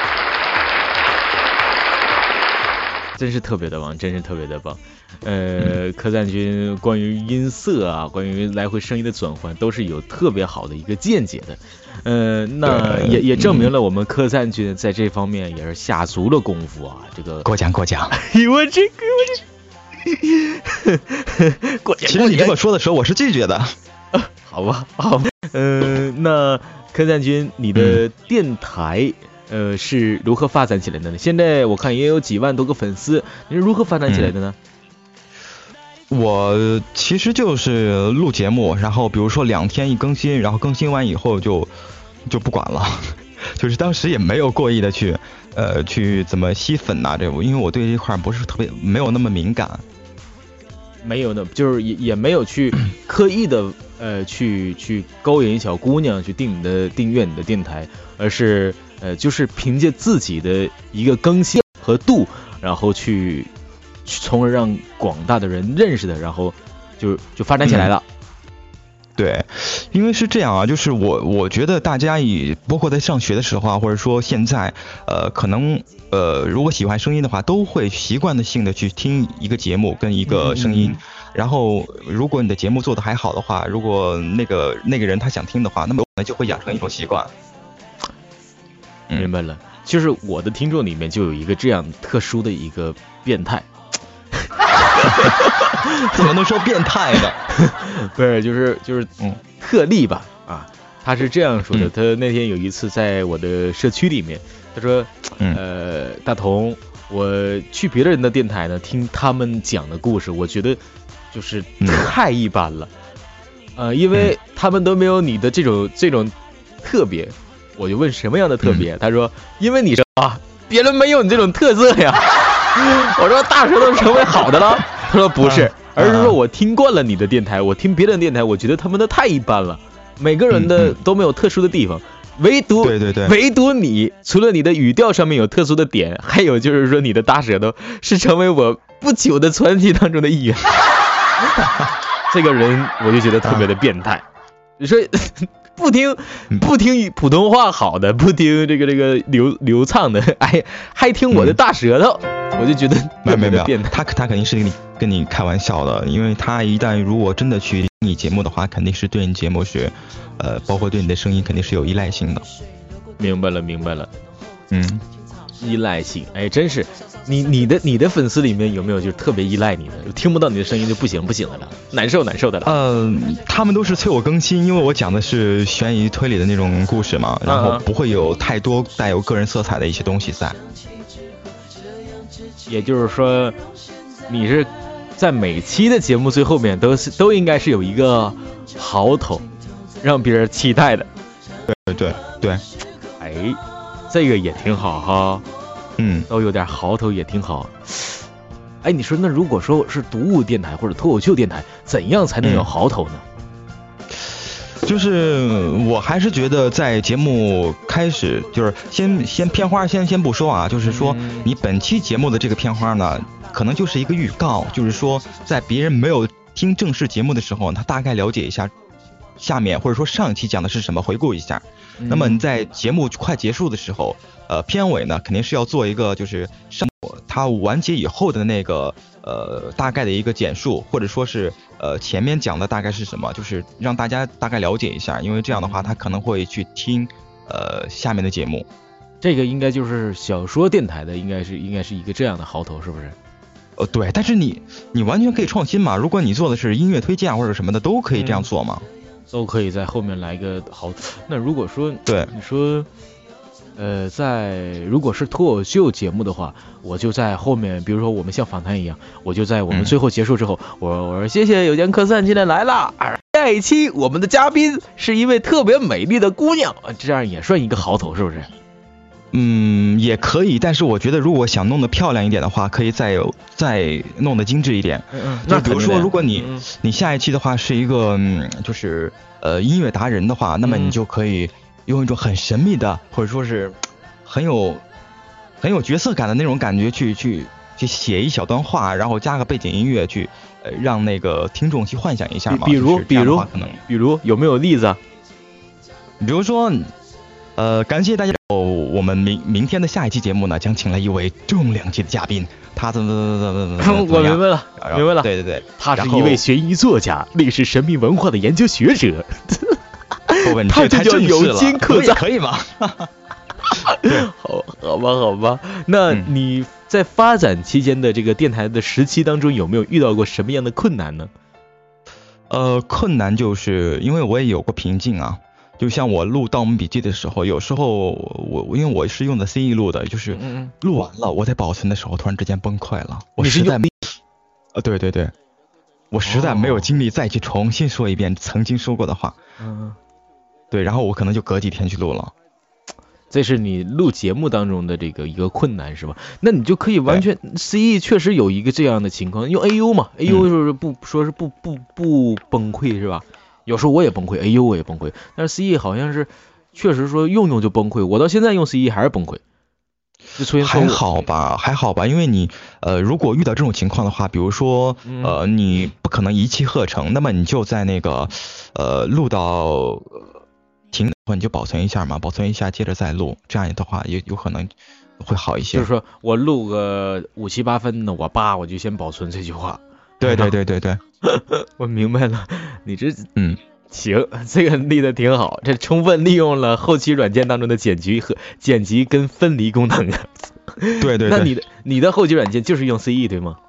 真是特别的棒，真是特别的棒。呃，嗯、柯赞君关于音色啊，关于来回声音的转换，都是有特别好的一个见解的。呃，那也也证明了我们柯赞君在这方面也是下足了功夫啊。这个过奖过奖， 哎呦我这个我这。 其实你这么说的时候，我是拒绝的。 啊、好吧，好吧。呃，那柯赞君，你的电台、嗯、呃是如何发展起来的呢？现在我看也有几万多个粉丝，你是如何发展起来的呢？ 嗯、我其实就是录节目，然后比如说两天一更新，然后更新完以后就就不管了。就是当时也没有过意的去，呃，去怎么吸粉呐、啊？这因为我对这块不是特别没有那么敏感， 没有的，就是也也没有去刻意的呃去去勾引小姑娘去订你的订阅你的电台，而是呃就是凭借自己的一个更新和度，然后去，从而让广大的人认识的，然后就就发展起来了。嗯对，因为是这样啊，就是我我觉得大家以包括在上学的时候啊，或者说现在，呃，可能呃，如果喜欢声音的话，都会习惯的性的去听一个节目跟一个声音，嗯、然后如果你的节目做得还好的话，如果那个那个人他想听的话，那么我们就会养成一种习惯。 明白了，就是我的听众里面就有一个这样特殊的一个变态。 怎么能说变态呢？ 不是，就是就是嗯特例吧啊，他是这样说的， 嗯他那天有一次在我的社区里面，他说， 嗯呃，大同，我去别的人的电台呢，听他们讲的故事，我觉得就是太一般了，嗯、呃，因为他们都没有你的这种这种特别。我就问什么样的特别，嗯、他说，因为你是啊，别人没有你这种特色呀。我说大舌头成为好的了，他说不是，而是说我听惯了你的电台，我听别人的电台，我觉得他们的太一般了，每个人的都没有特殊的地方，唯独对对对， 唯独你，除了你的语调上面有特殊的点，还有就是说你的大舌头是成为我不久的传奇当中的一员。这个人我就觉得特别的变态，你说。不听不听普通话好的，不听这个这个流流畅的，哎，还听我的大舌头，嗯、我就觉得没有没有变态。他他肯定是跟你跟你开玩笑的，因为他一旦如果真的去听你节目的话，肯定是对你节目是，呃，包括对你的声音肯定是有依赖性的。 明白了明白了， 嗯， 依赖性，哎，真是。你你的你的粉丝里面有没有就是特别依赖你的，听不到你的声音就不行不行的了，难受难受的了？ 呃，他们都是催我更新，因为我讲的是悬疑推理的那种故事嘛，然后不会有太多带有个人色彩的一些东西在。 也就是说，你是在每期的节目最后面都是都应该是有一个嚎头，让别人期待的。 对对对， 哎，这个也挺好哈。 嗯， 都有点嚎头也挺好。哎，你说那如果说是读物电台或者脱口秀电台，怎样才能有嚎头呢？ 嗯、就是我还是觉得在节目开始，就是先先片花先先不说啊，就是说你本期节目的这个片花呢，可能就是一个预告，就是说在别人没有听正式节目的时候，他大概了解一下下面或者说上一期讲的是什么，回顾一下。嗯、那么你在节目快结束的时候。呃，片尾呢肯定是要做一个就是上它完结以后的那个呃大概的一个简述，或者说是呃前面讲的大概是什么，就是让大家大概了解一下，因为这样的话他可能会去听呃下面的节目。 这个应该就是小说电台的，应该是应该是一个这样的嚎头，是不是？ 呃，对，但是你你完全可以创新嘛，如果你做的是音乐推荐或者什么的，都可以这样做嘛， 嗯、都可以在后面来一个嚎。那如果说对你说。呃，在如果是脱口秀节目的话，我就在后面，比如说我们像访谈一样，我就在我们最后结束之后，嗯、我我说谢谢有间客栈今天来了，下一期我们的嘉宾是一位特别美丽的姑娘，这样也算一个嚎头，是不是？ 嗯，也可以，但是我觉得如果想弄得漂亮一点的话，可以再有再弄得精致一点。 嗯嗯。 就比如说，如果你、 嗯、 你下一期的话是一个、嗯、就是呃音乐达人的话，那么你就可以。用一种很神秘的，或者说是很有很有角色感的那种感觉去去去写一小段话，然后加个背景音乐去呃让那个听众去幻想一下嘛。 比如、 就是、 比如可能比如有没有例子啊？ 比如说呃感谢大家，我们明明天的下一期节目呢将请来一位重量级的嘉宾，他怎么怎么怎么怎么我明白了，明白了。 对对对， 他是一位悬疑作家，历史神秘文化的研究学者。 他就叫有间客栈， 可以吗？ 好，好吧，好吧。那你在发展期间的这个电台的时期当中，有没有遇到过什么样的困难呢？ 呃，困难就是因为我也有过瓶颈啊。就像我录《盗墓笔记》的时候，有时候我因为我是用的 C E 录的，就是录完了，我在保存的时候突然之间崩溃了，我实在呃，对对对，我实在没有精力再去重新说一遍曾经说过的话。 嗯。 对，然后我可能就隔几天去录了， 这是你录节目当中的这个一个困难是吧？那你就可以完全 C E 确实有一个这样的情况，用 A U 嘛 ，A U 就是不、嗯、说是不不不崩溃是吧？有时候我也崩溃 ，A U 我也崩溃，但是 C E 好像是确实说用用就崩溃，我到现在用 C E 还是崩溃，就出现错误。 还好吧，还好吧，因为你呃如果遇到这种情况的话，比如说呃你不可能一气呵成，那么你就在那个呃录到。停，你就保存一下嘛，保存一下，接着再录，这样的话也有可能会好一些。 就是说我录个五七八分的，我叭我就先保存这句话。 对对对对对， 我明白了，你这嗯行，这个立的挺好，这充分利用了后期软件当中的剪辑和剪辑跟分离功能啊。 对对对， 那你的你的后期软件就是用 C E 对吗？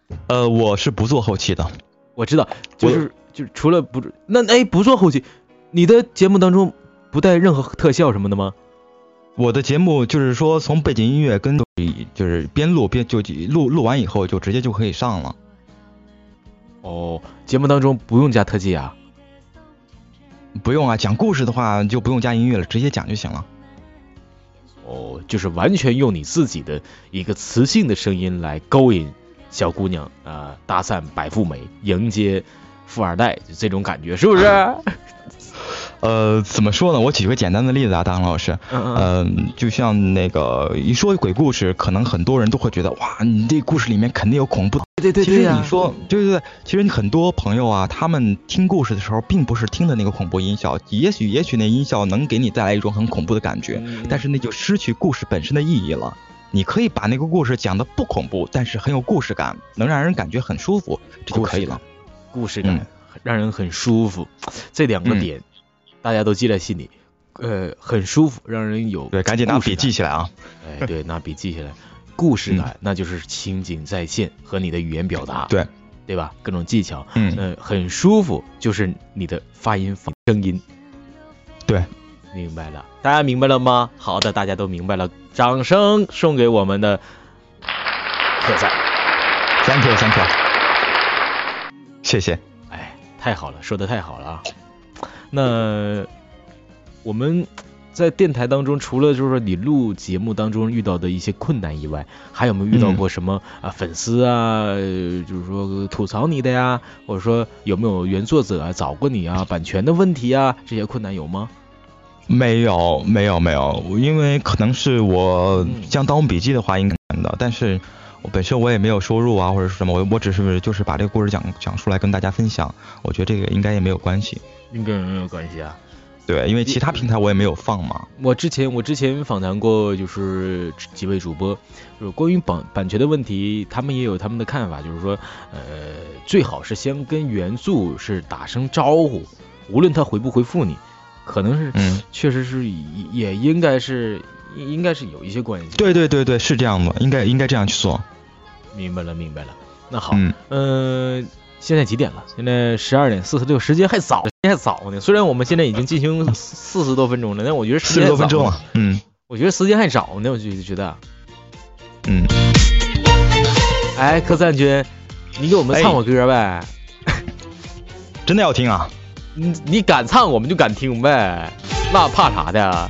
呃，我是不做后期的。 我知道，就是就是除了不那哎不做后期，你的节目当中不带任何特效什么的吗？ 我的节目就是说从背景音乐跟就是边录边就录录完以后就直接就可以上了。 哦，节目当中不用加特技啊？ 不用啊，讲故事的话就不用加音乐了，直接讲就行了。 哦，就是完全用你自己的一个磁性的声音来勾引小姑娘啊、呃，搭讪白富美，迎接富二代，就这种感觉是不是？ 呃，怎么说呢？我举个简单的例子啊，大航老师，嗯、呃，就像那个一说鬼故事，可能很多人都会觉得，哇，你这故事里面肯定有恐怖。 对对对对、啊、 其实你说，对对对，其实很多朋友啊，他们听故事的时候，并不是听的那个恐怖音效，也许也许那音效能给你带来一种很恐怖的感觉，嗯、但是那就失去故事本身的意义了。你可以把那个故事讲得不恐怖，但是很有故事感，能让人感觉很舒服，这就可以了。 故事感、嗯、让人很舒服，这两个点。嗯，大家都记在心里，呃，很舒服，让人有对，赶紧拿笔记起来啊！ 哎，对，拿笔记起来。故事感、嗯、那就是情景再现和你的语言表达， 对， 对吧？各种技巧，嗯，呃，很舒服，就是你的发音声音， 对， 明白了，大家明白了吗？好的，大家都明白了，掌声送给我们的特赞 ，thank you，thank you， 谢谢。 哎，太好了，说的太好了啊！那我们在电台当中，除了就是说你录节目当中遇到的一些困难以外，还有没有遇到过什么、嗯、啊粉丝啊，就是说吐槽你的呀，或者说有没有原作者啊找过你啊，版权的问题啊，这些困难有吗？ 没有，没有，没有，因为可能是我像《盗墓笔记》的话应该的，但是我本身我也没有收入啊，或者是什么，我我只是就是把这个故事讲讲出来跟大家分享，我觉得这个应该也没有关系。 应该没有关系啊， 对，因为其他平台我也没有放嘛。 我之前我之前访谈过，就是几位主播，就是关于版版权的问题，他们也有他们的看法，就是说，呃，最好是先跟原著是打声招呼，无论他回不回复你，可能是，嗯，确实是也应该是应该是有一些关系。 对对对对，是这样的，应该应该这样去做。 明白了明白了，那好，嗯。呃现在几点了？现在十二点四十六，时间还早，还早呢。虽然我们现在已经进行四十多分钟了，但我觉得时间还早。四十多分钟了，嗯，我觉得时间还早呢，我就觉得， 嗯。 哎，柯赞君，你给我们唱会歌呗？ 哎、真的要听啊？ 你你敢唱，我们就敢听呗，那怕啥的？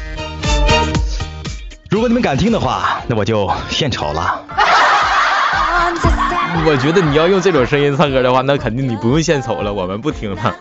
如果你们敢听的话，那我就献丑了。 我觉得你要用这种声音唱歌的话，那肯定你不用献丑了，我们不听了。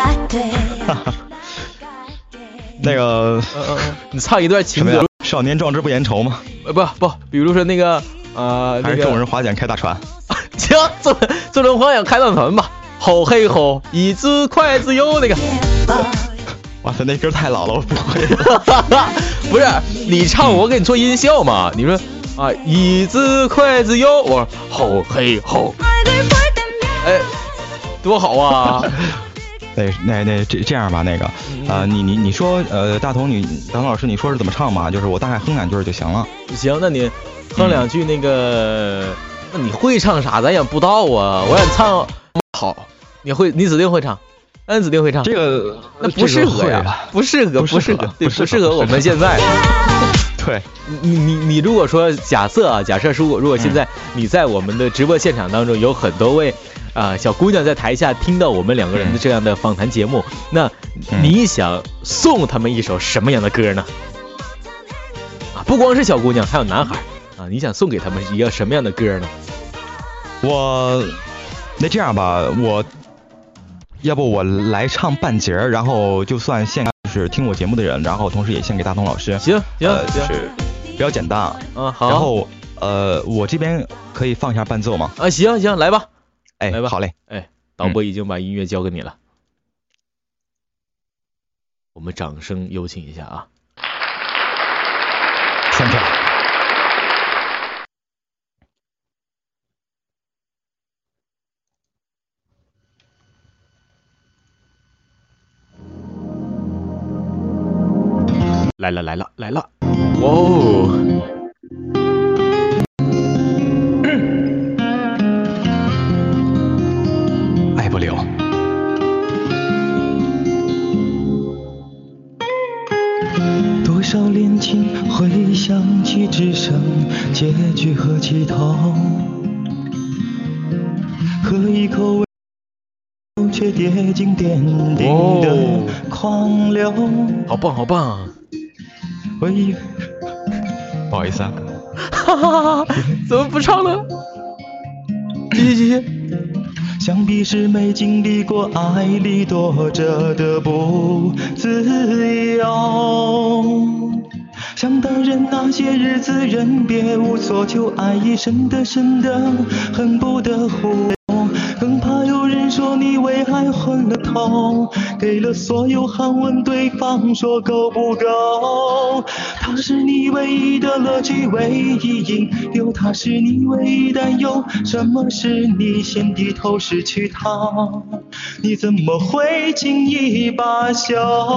那个， 嗯嗯，你唱一段情歌。 少年壮志不言愁吗？ 呃，不不，比如说那个，呃， 还是众人划桨开大船。 行，众众人划桨开大船吧。吼嘿吼，一只筷子哟，那个。 哇塞，那歌太老了，我不会。 不是你唱，我给你做音效嘛？你说。啊，一只筷子哟，我吼嘿吼，哎，多好啊！ 那那那这这样吧，那个啊、呃，你你你说呃，大同你大同老师，你说是怎么唱嘛？就是我大概哼两句就行了。 行，那你哼两句那个，嗯、那你会唱啥？咱也不知道啊。我想唱好，你会，你指定会唱，那你指定会唱。 这个那不适合呀，这个、不适合，不适合，对，不适合我们现在。 对， 你你你如果说假设啊，假设如果如果现在你在我们的直播现场当中有很多位啊、呃、小姑娘在台下听到我们两个人的这样的访谈节目，那你想送他们一首什么样的歌呢？啊，不光是小姑娘，还有男孩啊，你想送给他们一个什么样的歌呢？ 我那这样吧，我要不我来唱半截，然后就算献。是听我节目的人，然后同时也献给大同老师。 行行、 呃，就是比较简单。 嗯，好。 然后呃，我这边可以放一下伴奏吗？ 啊，行行，来吧， 哎， 来吧， 好嘞。 哎，导播已经把音乐交给你了，嗯、我们掌声有请一下啊！ 三跳。 来了来了来了，哇哦！ 的乞讨，喝一口却跌进点点的狂流。 好棒好棒！ 喂，不好意思啊， 哈哈哈，怎么不唱了？继续继续。 想必是没经历过爱里躲着的不自由。想当然那些日子人别无所求，爱已深的深的恨不得忽悠，更怕有人说你为爱昏了头，给了所有寒问对方说够不够。他是你唯一的乐趣，唯一引诱，他是你唯一担忧，什么是你先低头失去他，你怎么会轻易罢休？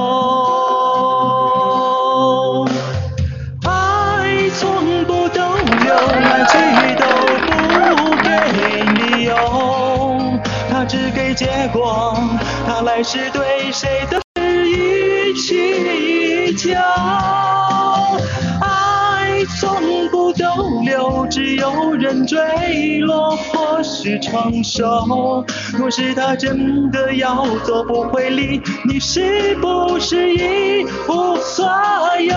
爱从不逗留，来去都不给理由，他只给结果，他来时对谁都是一曲一酒。爱从不逗留，只有人坠落或是承受。若是他真的要走，不会理你是不是一无所有。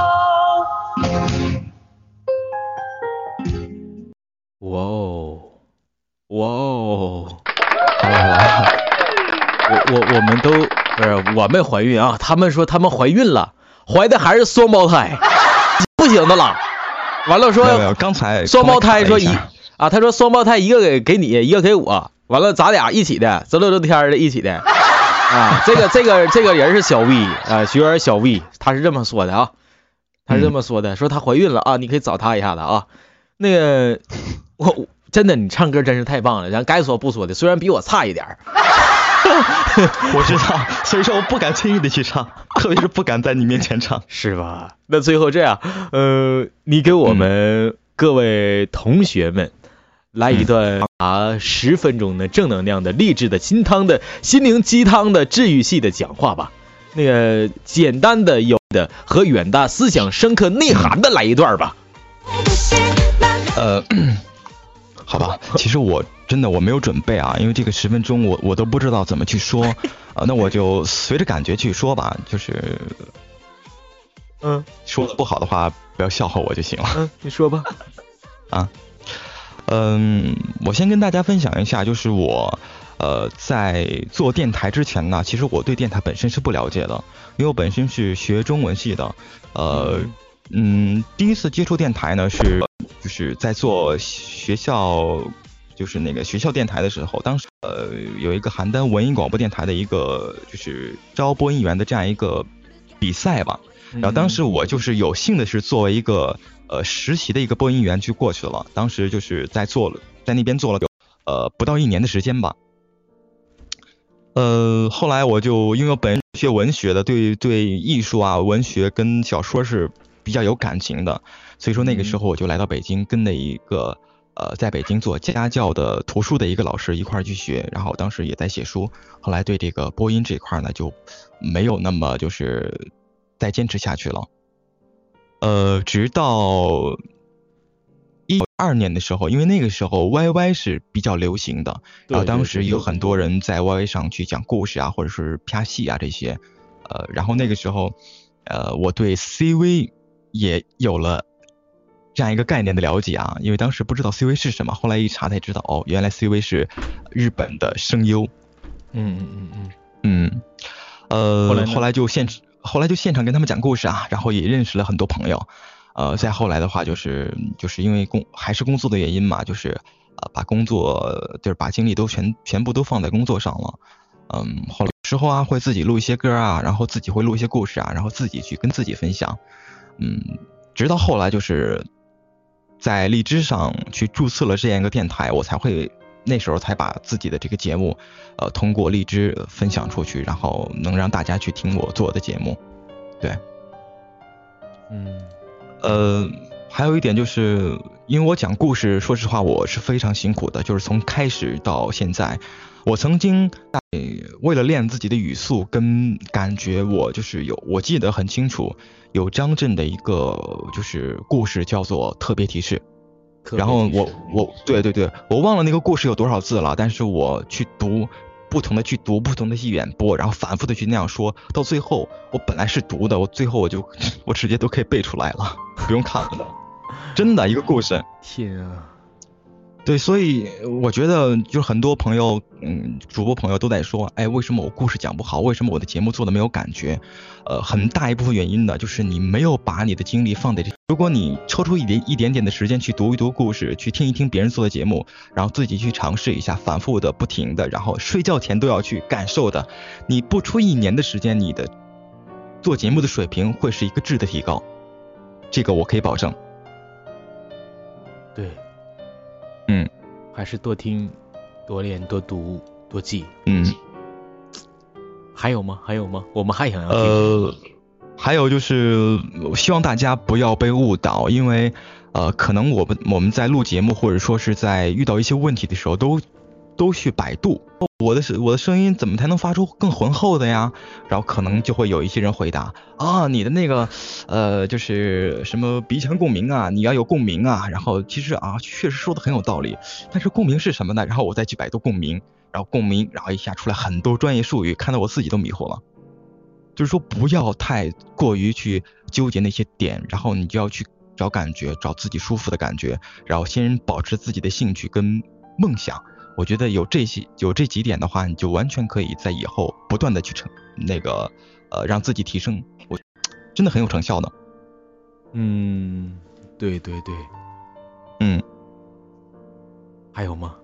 哇哦，哇哦！ 好了好了， 我我我们都不是我没怀孕啊，他们说他们怀孕了，怀的还是双胞胎，不行的了。完了说没有没有，刚才双胞胎说一刚才看了一下啊，他说双胞胎一个给给你，一个给我，完了咱俩一起的，这乐乐天的一起的啊。这个这个这个人是小 V 啊，学员小 V， 他是这么说的啊，他是这么说的，说他怀孕了啊，你可以找他一下子啊。那个我真的你唱歌真是太棒了，咱该说不说的，虽然比我差一点。 我知道，所以说我不敢轻易的去唱，特别是不敢在你面前唱， 是吧？那最后这样，呃，你给我们各位同学们来一段啊十分钟的正能量的、励志的、心汤的、心灵鸡汤的、治愈系的讲话吧。那个简单的、有的和远大、思想深刻、内涵的来一段吧。 呃。好吧，其实我真的我没有准备啊，因为这个十分钟我我都不知道怎么去说，呃，那我就随着感觉去说吧，就是， 嗯， 说的不好的话不要笑话我就行了。 嗯，你说吧。 啊，嗯，我先跟大家分享一下，就是我呃在做电台之前呢，其实我对电台本身是不了解的，因为我本身是学中文系的，呃，嗯，第一次接触电台呢是。就是在做学校，就是那个学校电台的时候，当时呃有一个邯郸文艺广播电台的一个就是招播音员的这样一个比赛吧，然后当时我就是有幸的是作为一个呃实习的一个播音员去过去了，当时就是在做了在那边做了呃不到一年的时间吧，呃后来我就因为我本人学文学的，对对艺术啊文学跟小说是比较有感情的。所以说那个时候我就来到北京，跟了一个呃在北京做家教的图书的一个老师一块去学，然后当时也在写书，后来对这个播音这块呢就没有那么就是再坚持下去了。呃，直到一二年的时候，因为那个时候 Y Y 是比较流行的，然后当时有很多人在 Y Y 上去讲故事啊，或者是拍戏啊这些，呃，然后那个时候呃我对 C V 也有了这样一个概念的了解啊，因为当时不知道 C V 是什么，后来一查才知道，哦，原来 C V 是日本的声优。 嗯嗯嗯嗯嗯，呃，后来后来就现后来就现场跟他们讲故事啊，然后也认识了很多朋友。呃，再后来的话就是就是因为工还是工作的原因嘛，就是啊、呃、把工作就是把精力都全全部都放在工作上了。嗯，后来时候啊会自己录一些歌啊，然后自己会录一些故事啊，然后自己去跟自己分享。嗯，直到后来就是在荔枝上去注册了这样一个电台，我才会那时候才把自己的这个节目呃通过荔枝分享出去，然后能让大家去听我做的节目。对， 嗯， 呃还有一点就是因为我讲故事说实话我是非常辛苦的，就是从开始到现在，我曾经在为了练自己的语速跟感觉，我就是有我记得很清楚，有张震的一个就是故事叫做特别提示。 然后我我对对对，我忘了那个故事有多少字了，但是我去读。不同的去读，不同的去演播，然后反复的去那样说，到最后我本来是读的，我最后我就我直接都可以背出来了，不用看了，真的一个故事。 天啊！ 对，所以我觉得就是很多朋友，嗯，主播朋友都在说，哎，为什么我故事讲不好？为什么我的节目做的没有感觉？呃，很大一部分原因呢，就是你没有把你的精力放在这。如果你抽出一点一点点的时间去读一读故事，去听一听别人做的节目，然后自己去尝试一下，反复的、不停的，然后睡觉前都要去感受的，你不出一年的时间，你的做节目的水平会是一个质的提高，这个我可以保证。 对。 嗯， 还是多听、多练、多读、多记。 嗯， 还有吗？还有吗？我们还想要听。 呃，还有就是，希望大家不要被误导，因为呃，可能我们我们在录节目或者说是在遇到一些问题的时候，都都去百度，我的我的声音怎么才能发出更浑厚的呀？然后可能就会有一些人回答啊，你的那个呃就是什么鼻腔共鸣啊，你要有共鸣啊。然后其实啊，确实说的很有道理，但是共鸣是什么呢？然后我再去百度共鸣，然后共鸣，然后一下出来很多专业术语，看得我自己都迷糊了。就是说不要太过于去纠结那些点，然后你就要去找感觉，找自己舒服的感觉，然后先保持自己的兴趣跟梦想。我觉得有这些有这几点的话，你就完全可以在以后不断的去成那个呃让自己提升，我真的很有成效的。 嗯，对对对， 嗯， 还有吗？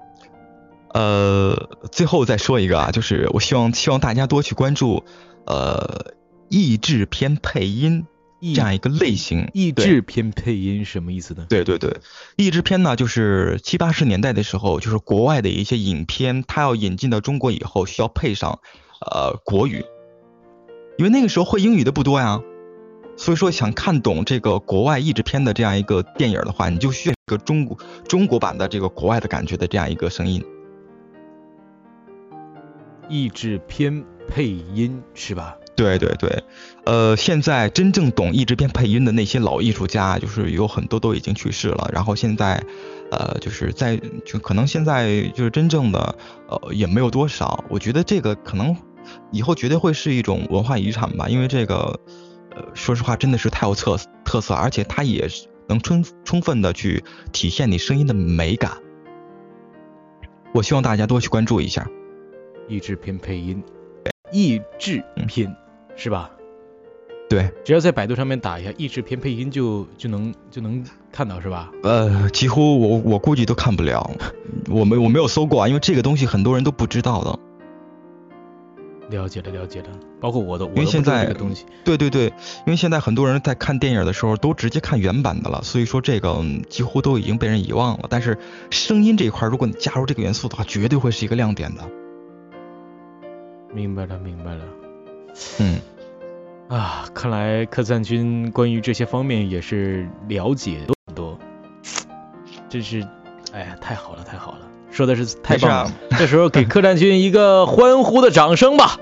呃，最后再说一个啊，就是我希望希望大家多去关注呃译制片配音这样一个类型。 译制片配音什么意思呢？ 对对对，译制片呢，就是七八十年代的时候，就是国外的一些影片，它要引进到中国以后，需要配上呃国语，因为那个时候会英语的不多呀，所以说想看懂这个国外译制片的这样一个电影的话，你就需要一个中国中国版的这个国外的感觉的这样一个声音。 译制片配音是吧？ 对对对，呃，现在真正懂译制片配音的那些老艺术家，就是有很多都已经去世了，然后现在，呃，就是在就可能现在就是真正的呃也没有多少。我觉得这个可能以后绝对会是一种文化遗产吧，因为这个呃说实话真的是太有特特色，而且它也能充充分的去体现你声音的美感。我希望大家多去关注一下译制片配音，译制片。嗯是吧？ 对， 只要在百度上面打一下译制片配音就就能就能看到是吧？ 呃，几乎我我估计都看不了，我没我没有搜过啊，因为这个东西很多人都不知道的。 了解了了解了，包括我都因为现在这个东西。 对对对，因为现在很多人在看电影的时候都直接看原版的了，所以说这个、嗯、几乎都已经被人遗忘了。但是声音这一块，如果你加入这个元素的话，绝对会是一个亮点的。 明白了明白了。 嗯， 啊，看来客栈君关于这些方面也是了解很多，真是，哎呀，太好了太好了，说的是太棒了。啊、这时候给客栈君一个欢呼的掌声吧。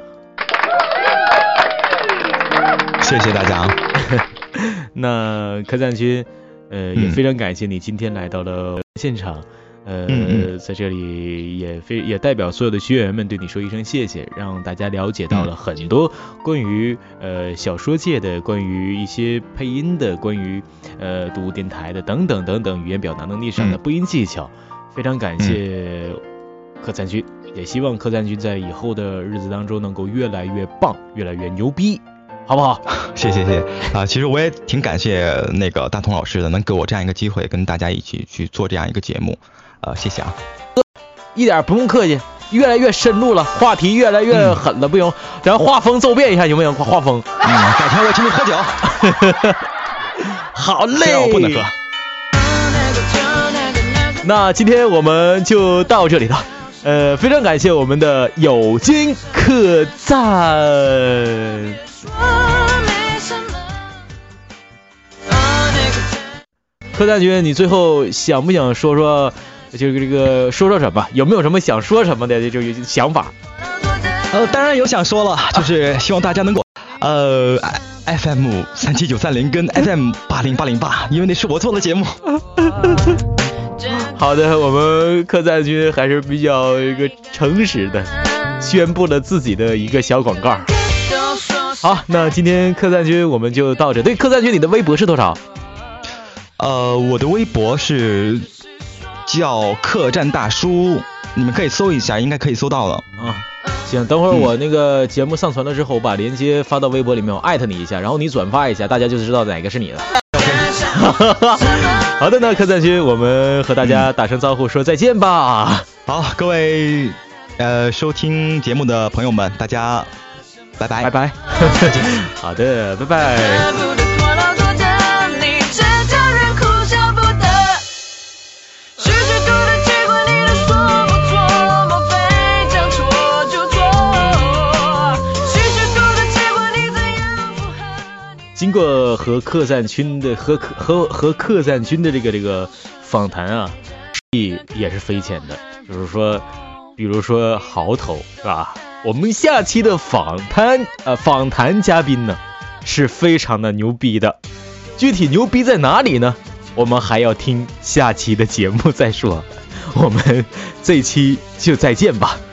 谢谢大家。 那客栈君，呃，也非常感谢你今天来到了现场。呃， 嗯嗯在这里也非也代表所有的学员们对你说一声谢谢，让大家了解到了很多关于呃小说界的、关于一些配音的、关于呃读电台的等等等等语言表达能力上的播音技巧。嗯、非常感谢客栈君，也希望客栈君在以后的日子当中能够越来越棒，越来越牛逼。好不好？ 谢谢谢谢啊、呃！其实我也挺感谢那个大同老师的，能给我这样一个机会，跟大家一起去做这样一个节目，呃，谢谢啊！ 一点不用客气，越来越深入了，话题越来越狠了，嗯、不行，咱画风骤变一下，行不行？画风， 嗯，改天我请你喝酒。 好嘞， 我不能喝。 那今天我们就到这里了。呃，非常感谢我们的友军客栈。客栈君，你最后想不想说说，这个这个说说什么？有没有什么想说什么的这个想法？ 呃，当然有想说了，就是希望大家能够呃爱 F M 三七九三零跟 F M 八零八零八，因为那是我做的节目。 好的，我们客栈君还是比较一个诚实的，宣布了自己的一个小广告。好，那今天客栈君我们就到这。对，客栈君你的微博是多少？ 呃，我的微博是叫客栈大叔，你们可以搜一下，应该可以搜到了啊。行，等会儿我那个节目上传了之后，我把链接发到微博里面，我艾特你一下，然后你转发一下，大家就知道哪个是你的。好的呢，客栈君，我们和大家打声招呼，说再见吧。 好，各位呃收听节目的朋友们，大家拜拜拜拜。好的，拜拜。经过和客栈君的和和和客栈君的这个这个访谈啊，也是匪浅的，就是说，比如说豪头是吧？我们下期的访谈呃访谈嘉宾呢，是非常的牛逼的，具体牛逼在哪里呢？我们还要听下期的节目再说。我们这期就再见吧。